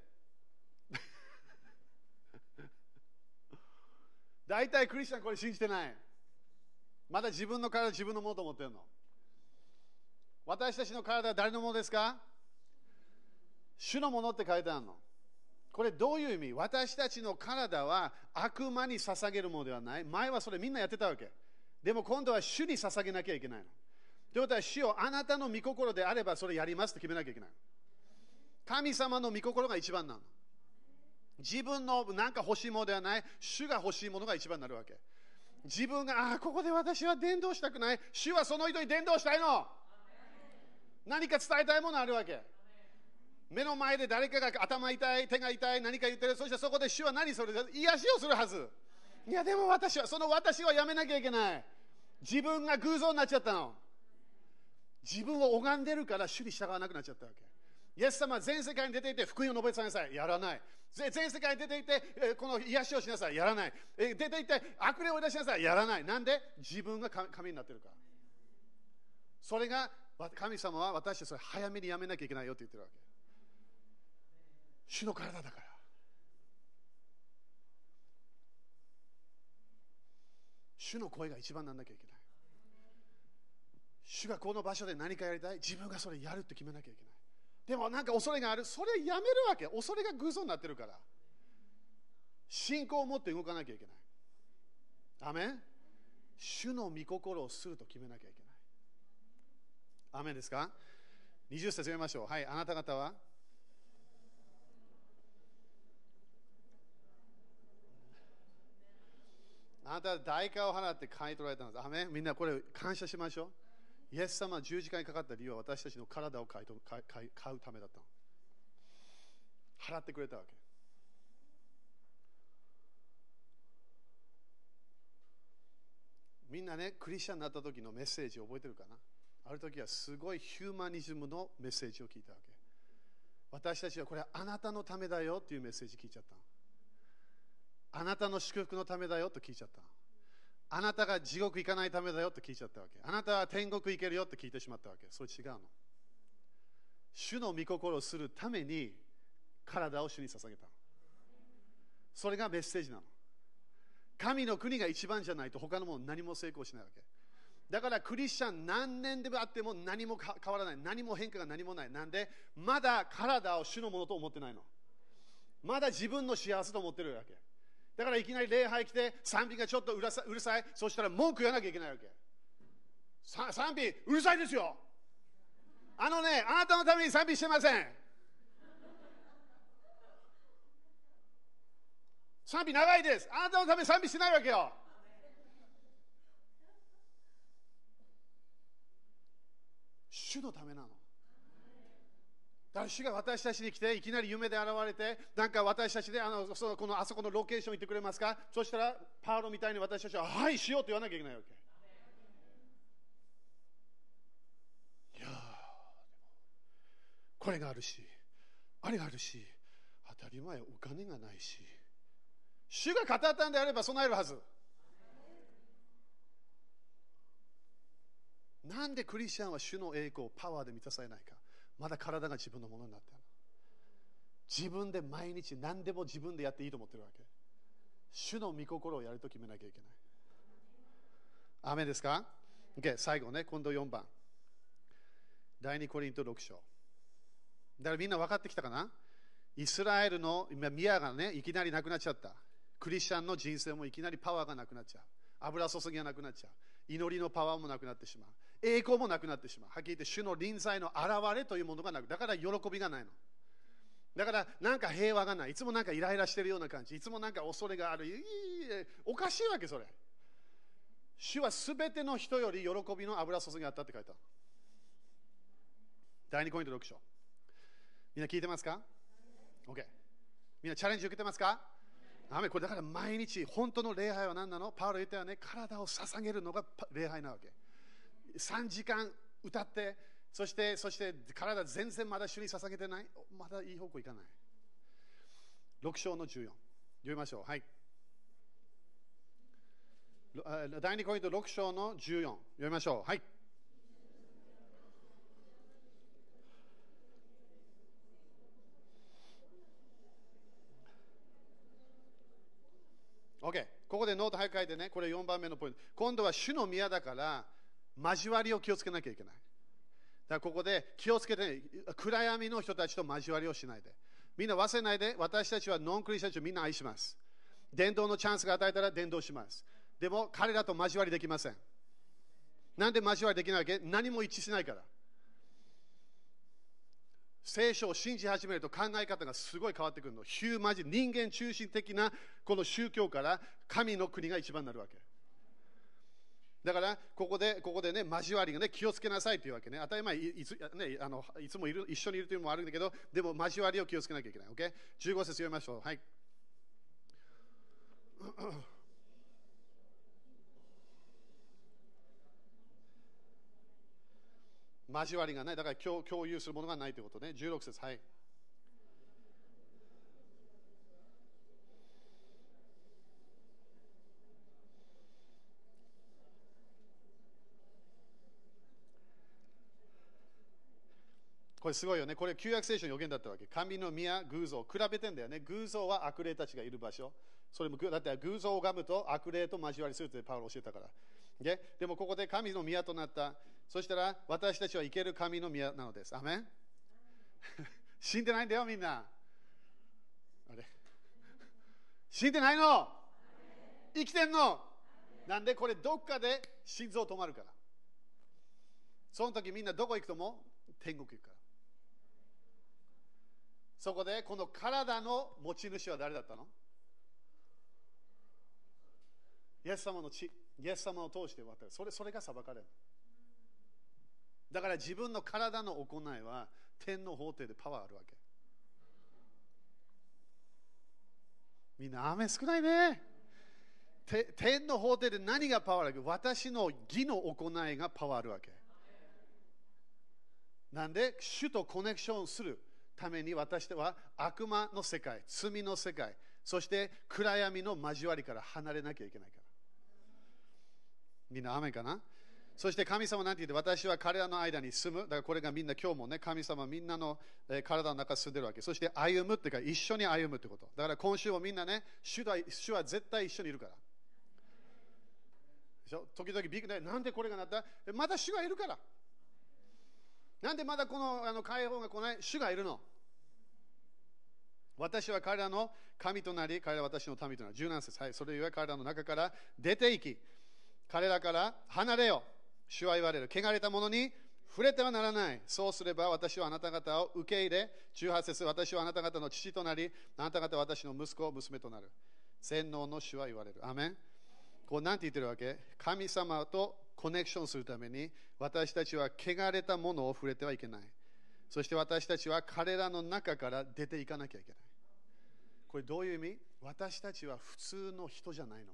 A: 大体クリスチャンこれ信じてない。まだ自分の体自分のものと思ってるの。私たちの体は誰のものですか？主のものって書いてあるの。これどういう意味？私たちの体は悪魔に捧げるものではない。前はそれみんなやってたわけ。でも今度は主に捧げなきゃいけないの。ということは、主よ、あなたの御心であればそれやりますって決めなきゃいけない。神様の御心が一番なの。自分のなんか欲しいものではない、主が欲しいものが一番になるわけ。自分が、ああ、ここで私は伝道したくない。主はその人に伝道したいの。何か伝えたいものあるわけ。目の前で誰かが頭痛い、手が痛い、何か言ってる。そしてそこで主は何する？癒しをするはず。いや、でも私は、その私はやめなきゃいけない。自分が偶像になっちゃったの。自分を拝んでるから主に従わなくなっちゃったわけ。イエス様は全世界に出ていて福音を述べなさい。やらない。全世界に出ていてこの癒しをしなさい。やらない。出ていて悪霊を出しなさい。やらない。なんで？自分が神になってるから。それが神様は私はそれ早めにやめなきゃいけないよって言ってるわけ。主の体だから。主の声が一番なんなきゃいけない。主がこの場所で何かやりたい。自分がそれやるって決めなきゃいけない。でもなんか恐れがある。それやめるわけ。恐れが偶像になってるから。信仰を持って動かなきゃいけない。アメン。主の御心をすると決めなきゃいけない。アメンですか？にじゅっ節読みましょう。はい、あなた方はあなたは代価を払って買い取られたんです。アメン。みんなこれ感謝しましょう。イエス様は十字架にかかった理由は私たちの体を買い取買買買うためだったの。払ってくれたわけ。みんなね、クリスチャンになった時のメッセージを覚えてるかな？ある時はすごいヒューマニズムのメッセージを聞いたわけ。私たちはこれはあなたのためだよっていうメッセージ聞いちゃった。あなたの祝福のためだよと聞いちゃった。あなたが地獄行かないためだよって聞いちゃったわけ。あなたは天国行けるよって聞いてしまったわけ。それ違うの。主の御心をするために体を主に捧げたの。それがメッセージなの。神の国が一番じゃないと他のもの何も成功しないわけ。だからクリスチャン何年でもあっても何も変わらない。何も変化が何もない。なんでまだ体を主のものと思ってないの。まだ自分の幸せと思ってるわけ。だからいきなり礼拝来て賛美がちょっとうるさ、うるさい。そしたら文句言わなきゃいけないわけ。賛美うるさいですよ。あのね、あなたのために賛美してません。賛美長いです。あなたのために賛美してないわけよ。主のためなの。だから主が私たちに来ていきなり夢で現れて、なんか私たちであのそのこのあそこのロケーション行ってくれますか？そしたらパウロみたいに私たちははいしようと言わなきゃいけないわけ。いやー、これがあるし、あれがあるし、当たり前お金がないし、主が語ったんであれば備えるはず。なんでクリスチャンは主の栄光、パワーで満たされないか？まだ体が自分のものになっている。自分で毎日何でも自分でやっていいと思ってるわけ。主の御心をやると決めなきゃいけない。アメですか？ OK、最後ね、今度よんばん。だいにコリントろく章。だからみんな分かってきたかな？イスラエルの宮がね、いきなりなくなっちゃった。クリスチャンの人生もいきなりパワーがなくなっちゃう。油注ぎがなくなっちゃう。祈りのパワーもなくなってしまう。栄光もなくなってしまう。はっきり言って主の臨在の現れというものがなく、だから喜びがないの。だからなんか平和がない。いつもなんかイライラしてるような感じ。いつもなんか恐れがある。いいおかしいわけそれ。主はすべての人より喜びの油注ぎがあったって書いた。だいにコリントろく章。みんな聞いてますか？ OK。みんなチャレンジ受けてますか？アメこれだから毎日本当の礼拝は何なの？パウロ言ったよね。体を捧げるのが礼拝なわけ。さんじかん歌って、そしてそして体全然まだ主に捧げてない。まだいい方向いかない。 ろく章のじゅうよん。読みましょう。はい。第二コリントろく章のじゅうよん。読みましょう。はい。OK。ここでノート早く書いてね。これよんばんめのポイント。今度は主の宮だから、交わりを気をつけなきゃいけない。だからここで気をつけて、ね、暗闇の人たちと交わりをしないで。みんな忘れないで、私たちはノンクリスチャンたちをみんな愛します。伝道のチャンスが与えたら伝道します。でも彼らと交わりできません。なんで交わりできないわけ？何も一致しないから。聖書を信じ始めると考え方がすごい変わってくるの。ヒューマジ、人間中心的なこの宗教から神の国が一番になるわけ。だからここで、ここでね、交わりがね、気をつけなさいというわけね。当たり前、いつ、ね、あのいつもいる一緒にいるというのもあるんだけど、でも交わりを気をつけなきゃいけない。OK？ じゅうご節読みましょう。はい。交わりがない。だから共共有するものがないということね。じゅうろく節。はい。これすごいよね。これ旧約聖書の予言だったわけ。神の宮、偶像。比べてんだよね。偶像は悪霊たちがいる場所。それもだって偶像を拝むと悪霊と交わりするってパウロ教えたから。で, でもここで神の宮となった。そしたら私たちは生ける神の宮なのです。アメン死んでないんだよみんな。あれ死んでないの？生きてんの？なんでこれどっかで心臓止まるから。その時みんなどこ行くとも天国行くから。そこでこの体の持ち主は誰だったの？イエス様の血、イエス様を通して渡る。それ、それが裁かれる。だから自分の体の行いは天の法廷でパワーあるわけ。みんな雨少ないね。天の法廷で何がパワーあるわけ？私の義の行いがパワーあるわけ。なんで主とコネクションするために私は悪魔の世界、罪の世界、そして暗闇の交わりから離れなきゃいけないから。みんな雨かな？そして神様なんて言って、私は彼らの間に住む。だからこれがみんな今日もね、神様みんなの体の中に住んでるわけ。そして歩むっていうか、一緒に歩むってこと。だから今週もみんなね、主は、主は絶対一緒にいるから。でしょ？時々ビッグで、なんでこれがなった？まだ主がいるから。なんでまだこの、あの解放が来ない？主がいるの。私は彼らの神となり、彼らは私の民となる。じゅうなな節。はい。それゆえ彼らの中から出て行き、彼らから離れよ。主は言われる。汚れたものに触れてはならない。そうすれば私はあなた方を受け入れ、じゅうはち節。私はあなた方の父となり、あなた方は私の息子、娘となる。全能の主は言われる。アメン。こうなんて言ってるわけ？神様とコネクションするために、私たちは汚れたものを触れてはいけない。そして私たちは彼らの中から出ていかなきゃいけない。これどういう意味？私たちは普通の人じゃないの。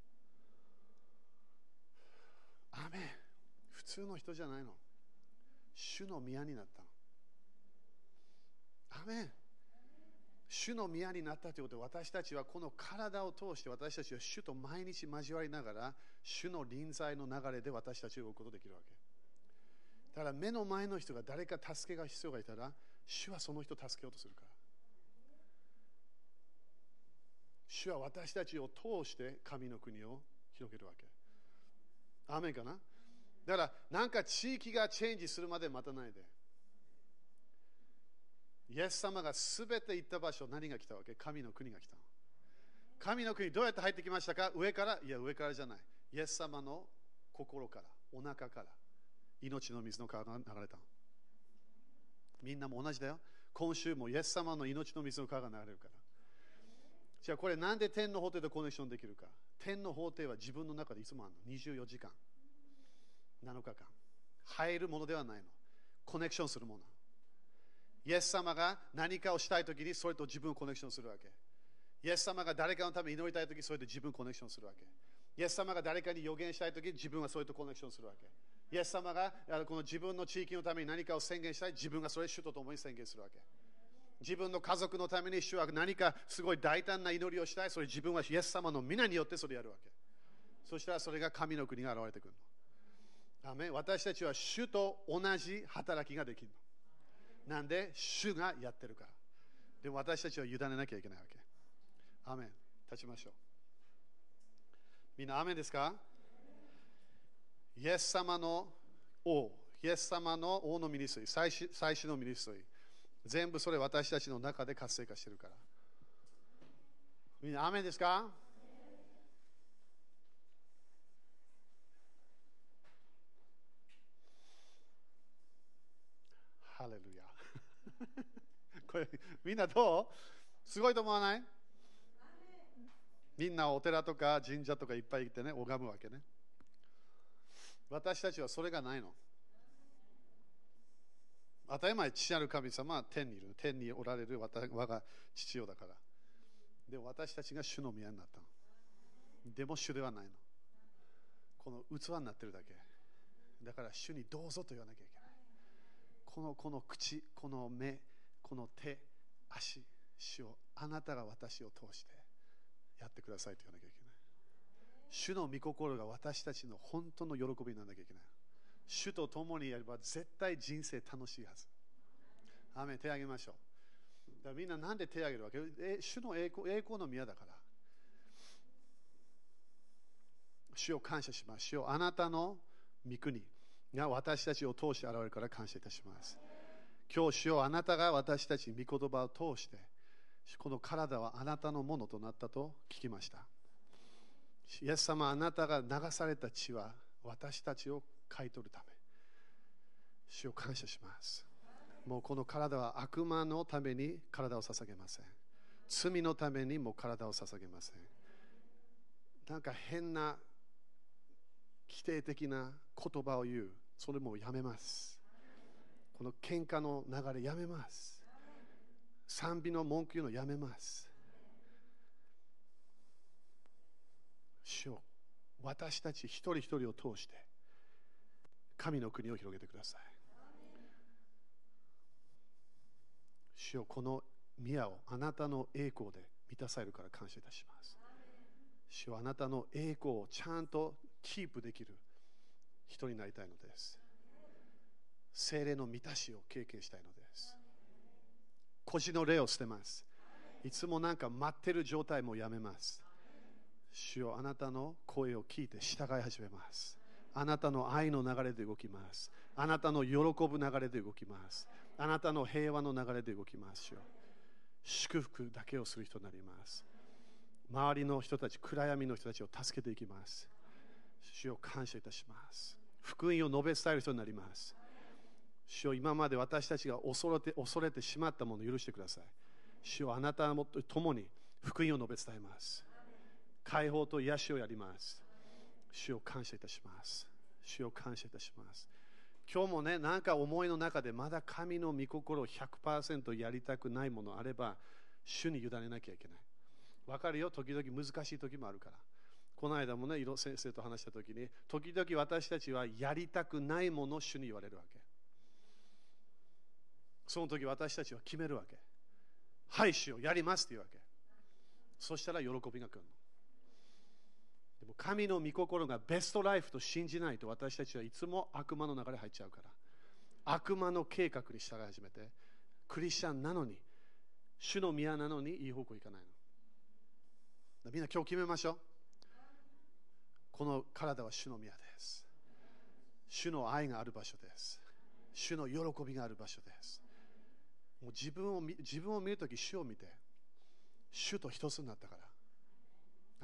A: アメン。普通の人じゃないの。主の宮になったの。アメン。主の宮になったということで、私たちはこの体を通して私たちは主と毎日交わりながら、主の臨在の流れで私たちを動くことができるわけ。だから目の前の人が誰か助けが必要がいたら、主はその人を助けようとするから。主は私たちを通して神の国を広げるわけ。アーメンかな？だからなんか地域がチェンジするまで待たないで。イエス様がすべて行った場所、何が来たわけ？神の国が来た。神の国どうやって入ってきましたか？上から？いや、上からじゃない。イエス様の心から、お腹から命の水の川が流れた。みんなも同じだよ。今週もイエス様の命の水の川が流れるから。じゃあこれなんで天の法廷とコネクションできるか？天の法廷は自分の中でいつもあるの。にじゅうよじかん。なのかかん。入るものではないの。コネクションするもの。イエス様が何かをしたいときにそれと自分をコネクションするわけ。イエス様が誰かのために祈りたいとき、それと自分をコネクションするわけ。イエス様が誰かに予言したいとき、自分はそれとコネクションするわけ。イエス様がこの自分の地域のために何かを宣言したい、自分がそれ主と共に宣言するわけ。 自分の家族のために主は何かすごい大胆な祈りをしたい。それ自分はイエス様の皆によってそれやるわけ。そしたらそれが神の国が現れてくるの。アメン。私たちは主と同じ働きができるの。なんで主がやってるから。でも私たちは委ねなきゃいけないわけ。アメン。立ちましょう。みんなアメンですか？イエス様の王、イエス様の王のミニストリー、最初最初のミニストリー、全部それ私たちの中で活性化してるから。みんなアメンですか？ハレルヤ。これみんなどう？すごいと思わない？みんなお寺とか神社とかいっぱい行ってね、拝むわけね。私たちはそれがないの。当たり前、父なる神様は天にいる。天におられる我が父よだから。で、私たちが主の宮になったの。でも主ではないの。この器になってるだけ。だから主にどうぞと言わなきゃいけない。この、この口、この目、この手、足、主をあなたが私を通してやってくださいと言わなきゃいけない。主の御心が私たちの本当の喜びにならなきゃいけない。主と共にやれば絶対人生楽しいはず。アメン。手を挙げましょう。だからみんななんで手を挙げるわけ？え主の栄光、栄光の宮だから。主を感謝します。主をあなたの御国が私たちを通して現れるから感謝いたします。今日主よあなたが私たち御言葉を通してこの体はあなたのものとなったと聞きました。イエス様、あなたが流された血は私たちを買い取るため。主を感謝します。もうこの体は悪魔のために体を捧げません。罪のためにも体を捧げません。なんか変な否定的な言葉を言う、それもやめます。この喧嘩の流れやめます。賛美の文句言うのやめます。主よ、私たち一人一人を通して神の国を広げてください。主よ、この宮をあなたの栄光で満たされるから感謝いたします。主よ、あなたの栄光をちゃんとキープできる人になりたいのです。聖霊の満たしを経験したいのです。腰の霊を捨てます。いつもなんか待ってる状態もやめます。主よ、あなたの声を聞いて従い始めます。あなたの愛の流れで動きます。あなたの喜ぶ流れで動きます。あなたの平和の流れで動きます。主よ、祝福だけをする人になります。周りの人たち、暗闇の人たちを助けていきます。主を感謝いたします。福音を述べ伝える人になります。主よ、今まで私たちが恐れて、恐れてしまったものを許してください。主よ、あなたと共に福音を述べ伝えます。解放と癒しをやります。主を感謝いたします。主を感謝いたします。今日もね、なんか思いの中でまだ神の御心を ひゃくパーセント やりたくないものあれば、主に委ねなきゃいけない。わかるよ、時々難しい時もあるから。この間もね、色先生と話した時に、時々私たちはやりたくないものを主に言われるわけ。その時私たちは決めるわけ。はい、主よ、やりますっていうわけ。そしたら喜びが来るの。でも神の御心がベストライフと信じないと、私たちはいつも悪魔の中で入っちゃうから。悪魔の計画に従い始めて、クリスチャンなのに、主の宮なのにいい方向行かないの。みんな今日決めましょう。この体は主の宮です。主の愛がある場所です。主の喜びがある場所です。もう自分を見、自分を見るとき主を見て、主と一つになったから。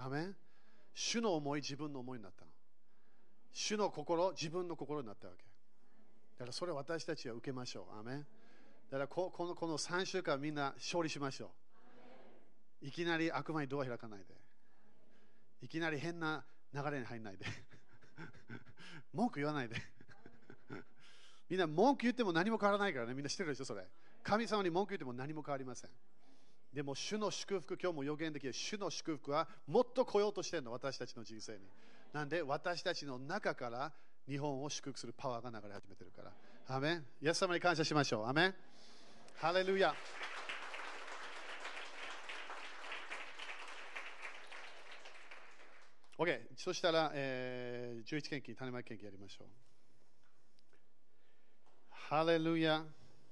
A: アメン。主の思い、自分の思いになったの。主の心、自分の心になったわけ。だからそれを私たちは受けましょう。アメン。だからここの、このさんしゅうかんみんな勝利しましょう。いきなり悪魔にドア開かないで。いきなり変な流れに入らないで。文句言わないで。みんな文句言っても何も変わらないからね。みんな知ってるでしょ、それ。神様に文句言っても何も変わりません。でも主の祝福、今日も予言できる主の祝福はもっと来ようとしているの、私たちの人生に。なんで私たちの中から日本を祝福するパワーが流れ始めてるから。アメン。イエス様に感謝しましょう。アメン。ハレルヤ。 OK、そしたら、えー、じゅういち献金、種まき献金やりましょう。ハレルヤ。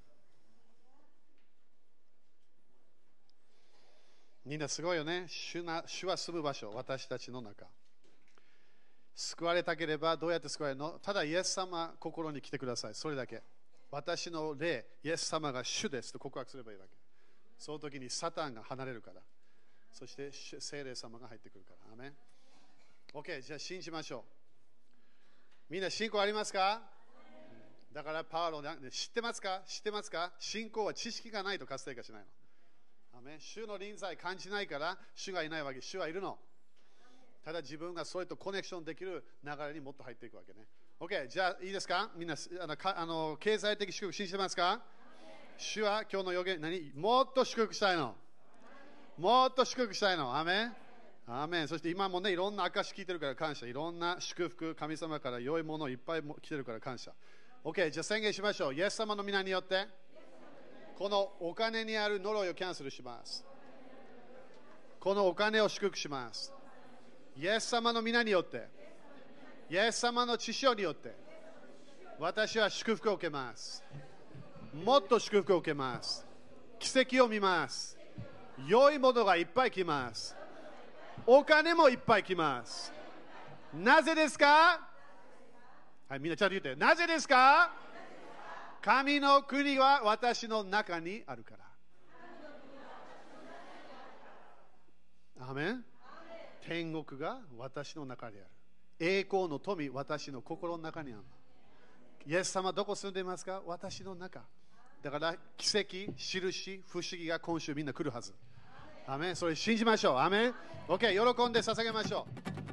A: みんなすごいよね。主な、主は住む場所、私たちの中。救われたければどうやって救われるの？ただイエス様、心に来てください。それだけ。私の霊、イエス様が主ですと告白すればいいだけ。その時にサタンが離れるから。そして聖霊様が入ってくるから。アメン。OK、じゃあ信じましょう。みんな信仰ありますか？だからパウロ、知ってますか？知ってますか？信仰は知識がないと活性化しないの。アメン。主の臨在感じないから主がいないわけ。主はいるの。ただ自分がそれとコネクションできる流れにもっと入っていくわけね。OK、じゃあいいですか？みんなあのかあの経済的祝福信じてますか？主は今日の予言、何？もっと祝福したいの。もっと祝福したいの。アメン。アメン。そして今もね、いろんな証聞いてるから感謝。いろんな祝福、神様から良いものいっぱい来てるから感謝。OK、じゃあ宣言しましょう。イエス様の皆によって、このお金にある呪いをキャンセルします。このお金を祝福します。イエス様の皆によって、イエス様の血潮によって、私は祝福を受けます。もっと祝福を受けます。奇跡を見ます。良いものがいっぱい来ます。お金もいっぱい来ます。なぜですか？はい、みんなちゃんと言って。なぜですか？神の国は私の中にあるから。アメン。天国が私の中にある。栄光の富、私の心の中にある。イエス様どこ住んでいますか？私の中。だから奇跡、印、不思議が今週みんな来るはず。アメン。それ信じましょう。アメン。OK、喜んで捧げましょう。